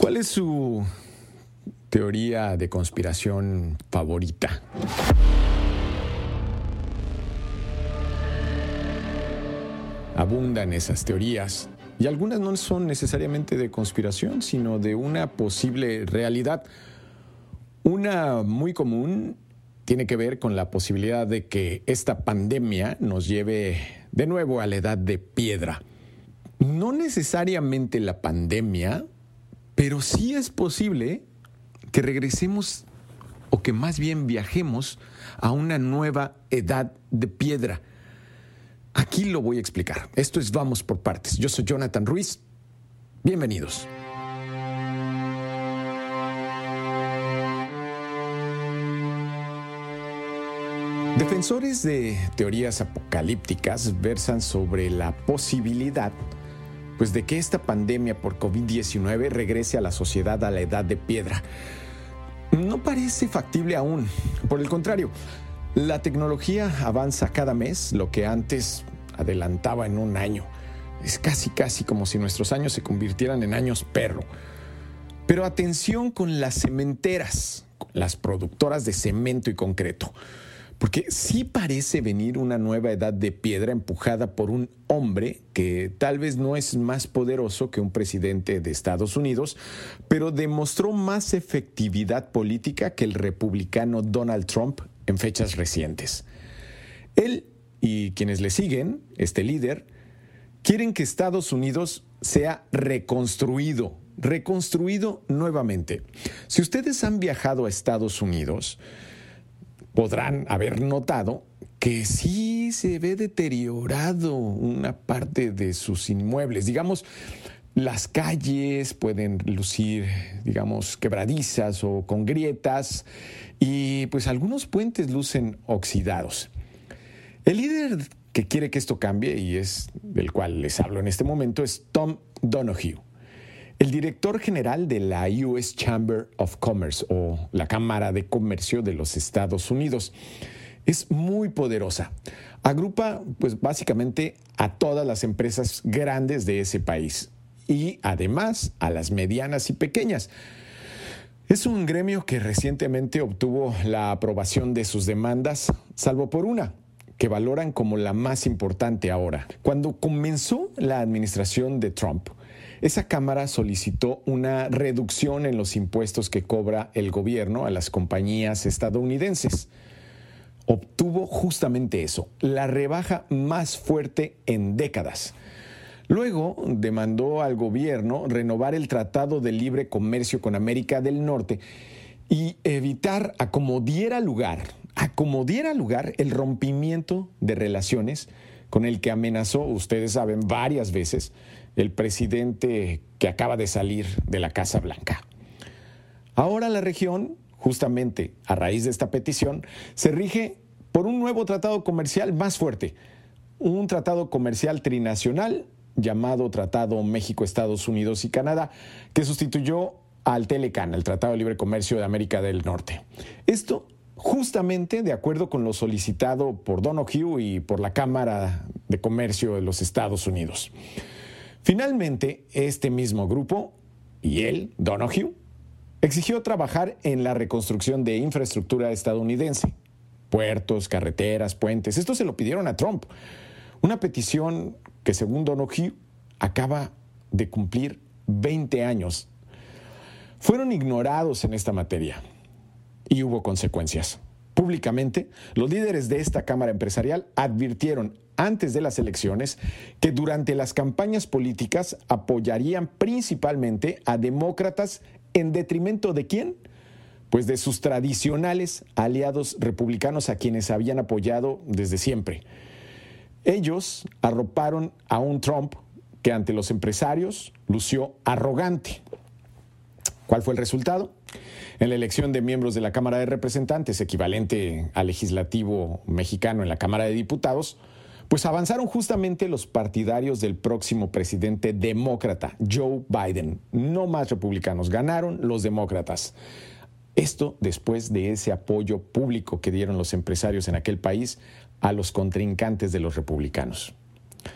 ¿Cuál es su teoría de conspiración favorita? Abundan esas teorías y algunas no son necesariamente de conspiración, sino de una posible realidad. Una muy común tiene que ver con la posibilidad de que esta pandemia nos lleve de nuevo a la edad de piedra. No necesariamente la pandemia, pero sí es posible que regresemos o que más bien viajemos a una nueva edad de piedra. Aquí lo voy a explicar. Esto es Vamos por Partes. Yo soy Jonathan Ruiz. Bienvenidos. Defensores de teorías apocalípticas versan sobre la posibilidad de que esta pandemia por COVID-19 regrese a la sociedad a la edad de piedra. No parece factible aún. Por el contrario, la tecnología avanza cada mes, lo que antes adelantaba en un año. Es casi como si nuestros años se convirtieran en años perro. Pero atención con las cementeras, con las productoras de cemento y concreto. Porque sí parece venir una nueva edad de piedra empujada por un hombre que tal vez no es más poderoso que un presidente de Estados Unidos, pero demostró más efectividad política que el republicano Donald Trump en fechas recientes. Él y quienes le siguen, este líder, quieren que Estados Unidos sea reconstruido nuevamente. Si ustedes han viajado a Estados Unidos, podrán haber notado que sí se ve deteriorado una parte de sus inmuebles. Digamos, las calles pueden lucir, quebradizas o con grietas y pues algunos puentes lucen oxidados. El líder que quiere que esto cambie, y es del cual les hablo en este momento, es Tom Donoghue, el director general de la US Chamber of Commerce, o la Cámara de Comercio de los Estados Unidos. Es muy poderosa. Agrupa, básicamente a todas las empresas grandes de ese país y además a las medianas y pequeñas. Es un gremio que recientemente obtuvo la aprobación de sus demandas, salvo por una, que valoran como la más importante ahora. Cuando comenzó la administración de Trump, esa Cámara solicitó una reducción en los impuestos que cobra el gobierno a las compañías estadounidenses. Obtuvo justamente eso, la rebaja más fuerte en décadas. Luego demandó al gobierno renovar el Tratado de Libre Comercio con América del Norte y evitar a como diera lugar el rompimiento de relaciones con el que amenazó, ustedes saben, varias veces el presidente que acaba de salir de la Casa Blanca. Ahora la región, justamente a raíz de esta petición, se rige por un nuevo tratado comercial más fuerte, un tratado comercial trinacional llamado Tratado México-Estados Unidos y Canadá, que sustituyó al TLCAN, el Tratado de Libre Comercio de América del Norte. Esto justamente de acuerdo con lo solicitado por Donoghue y por la Cámara de Comercio de los Estados Unidos. Finalmente, este mismo grupo, y él, Donoghue, exigió trabajar en la reconstrucción de infraestructura estadounidense. Puertos, carreteras, puentes. Esto se lo pidieron a Trump. Una petición que, según Donoghue, acaba de cumplir 20 años. Fueron ignorados en esta materia y hubo consecuencias. Públicamente, los líderes de esta Cámara Empresarial advirtieron antes de las elecciones que durante las campañas políticas apoyarían principalmente a demócratas en detrimento ¿de quién? Pues de sus tradicionales aliados republicanos a quienes habían apoyado desde siempre. Ellos arroparon a un Trump que ante los empresarios lució arrogante. ¿Cuál fue el resultado? En la elección de miembros de la Cámara de Representantes, equivalente al legislativo mexicano en la Cámara de Diputados, pues avanzaron justamente los partidarios del próximo presidente demócrata, Joe Biden. No más republicanos, ganaron los demócratas. Esto después de ese apoyo público que dieron los empresarios en aquel país a los contrincantes de los republicanos.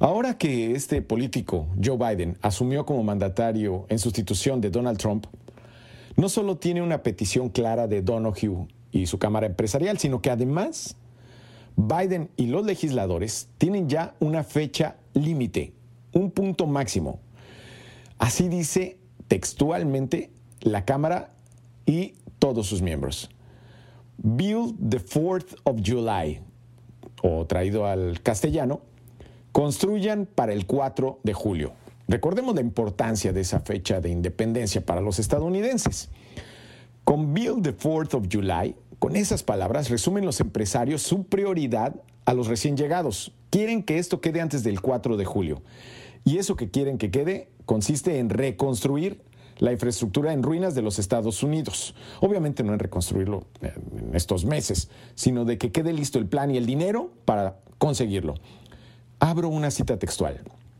Ahora que este político, Joe Biden, asumió como mandatario en sustitución de Donald Trump, no solo tiene una petición clara de Donoghue y su Cámara Empresarial, sino que además Biden y los legisladores tienen ya una fecha límite, un punto máximo. Así dice textualmente la Cámara y todos sus miembros. Build the 4th of July, o traído al castellano, construyan para el 4 de julio. Recordemos la importancia de esa fecha de independencia para los estadounidenses. Con Build the 4th of July, con esas palabras resumen los empresarios su prioridad a los recién llegados. Quieren que esto quede antes del 4 de julio. Y eso que quieren que quede consiste en reconstruir la infraestructura en ruinas de los Estados Unidos. Obviamente no en reconstruirlo en estos meses, sino de que quede listo el plan y el dinero para conseguirlo. Abro una cita textual.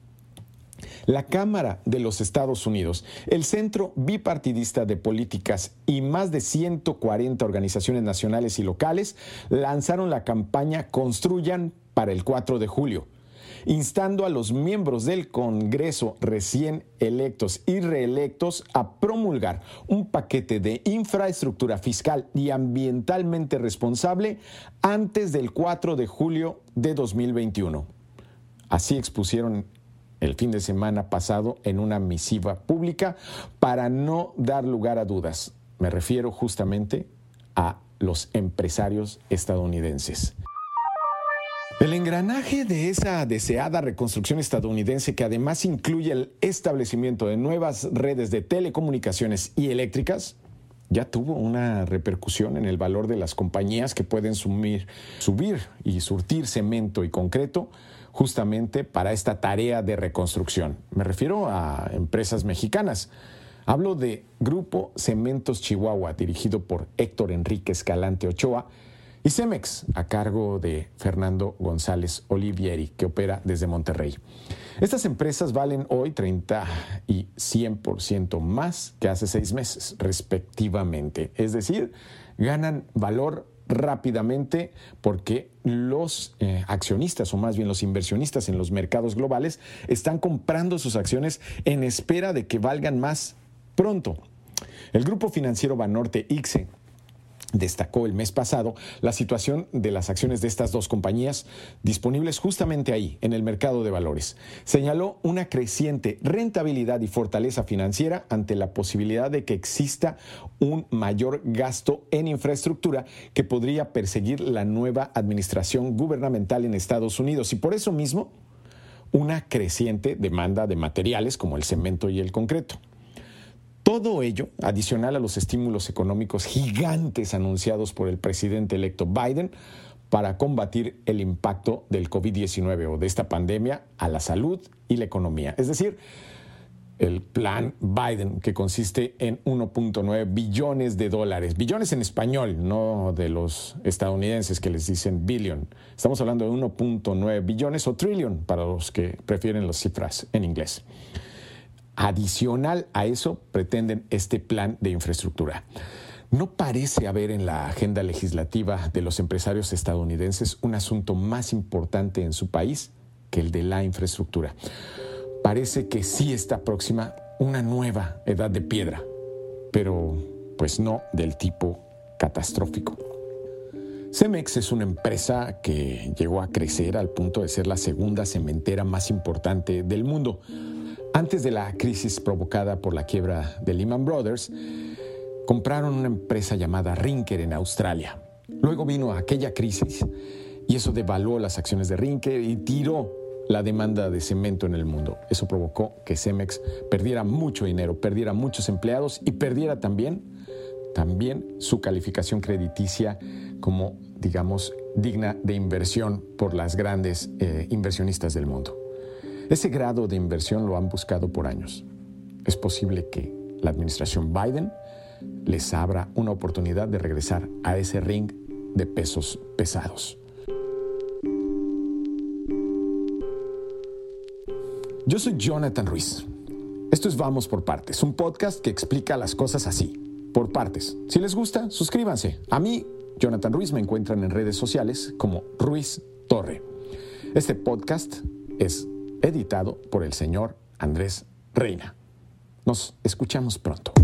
La Cámara de los Estados Unidos, el Centro Bipartidista de Políticas y más de 140 organizaciones nacionales y locales lanzaron la campaña Construyan para el 4 de julio, instando a los miembros del Congreso recién electos y reelectos a promulgar un paquete de infraestructura fiscal y ambientalmente responsable antes del 4 de julio de 2021. Así expusieron el fin de semana pasado en una misiva pública para no dar lugar a dudas. Me refiero justamente a los empresarios estadounidenses. El engranaje de esa deseada reconstrucción estadounidense, que además incluye el establecimiento de nuevas redes de telecomunicaciones y eléctricas, ya tuvo una repercusión en el valor de las compañías que pueden subir y surtir cemento y concreto justamente para esta tarea de reconstrucción. Me refiero a empresas mexicanas. Hablo de Grupo Cementos Chihuahua, dirigido por Héctor Enrique Escalante Ochoa, y Cemex, a cargo de Fernando González Olivieri, que opera desde Monterrey. Estas empresas valen hoy 30 y 100% más que hace 6 meses, respectivamente. Es decir, ganan valor rápidamente porque los accionistas, o más bien los inversionistas en los mercados globales, están comprando sus acciones en espera de que valgan más pronto. El grupo financiero Banorte ICSE destacó el mes pasado la situación de las acciones de estas dos compañías disponibles justamente ahí, en el mercado de valores. Señaló una creciente rentabilidad y fortaleza financiera ante la posibilidad de que exista un mayor gasto en infraestructura que podría perseguir la nueva administración gubernamental en Estados Unidos, y por eso mismo una creciente demanda de materiales como el cemento y el concreto. Todo ello, adicional a los estímulos económicos gigantes anunciados por el presidente electo Biden para combatir el impacto del COVID-19 o de esta pandemia a la salud y la economía. Es decir, el plan Biden, que consiste en 1.9 billones de dólares. Billones en español, no de los estadounidenses que les dicen billion. Estamos hablando de 1.9 billones o trillion para los que prefieren las cifras en inglés. Adicional a eso, pretenden este plan de infraestructura. No parece haber en la agenda legislativa de los empresarios estadounidenses un asunto más importante en su país que el de la infraestructura. Parece que sí está próxima una nueva edad de piedra, pero pues no del tipo catastrófico. Cemex es una empresa que llegó a crecer al punto de ser la segunda cementera más importante del mundo. Antes de la crisis provocada por la quiebra de Lehman Brothers, compraron una empresa llamada Rinker en Australia. Luego vino aquella crisis y eso devaluó las acciones de Rinker y tiró la demanda de cemento en el mundo. Eso provocó que Cemex perdiera mucho dinero, perdiera muchos empleados y perdiera también su calificación crediticia como, digamos, digna de inversión por las grandes inversionistas del mundo. Ese grado de inversión lo han buscado por años. Es posible que la administración Biden les abra una oportunidad de regresar a ese ring de pesos pesados. Yo soy Jonathan Ruiz. Esto es Vamos por Partes, un podcast que explica las cosas así, por partes. Si les gusta, suscríbanse. A mí, Jonathan Ruiz, me encuentran en redes sociales como Ruiz Torre. Este podcast es editado por el señor Andrés Reina. Nos escuchamos pronto.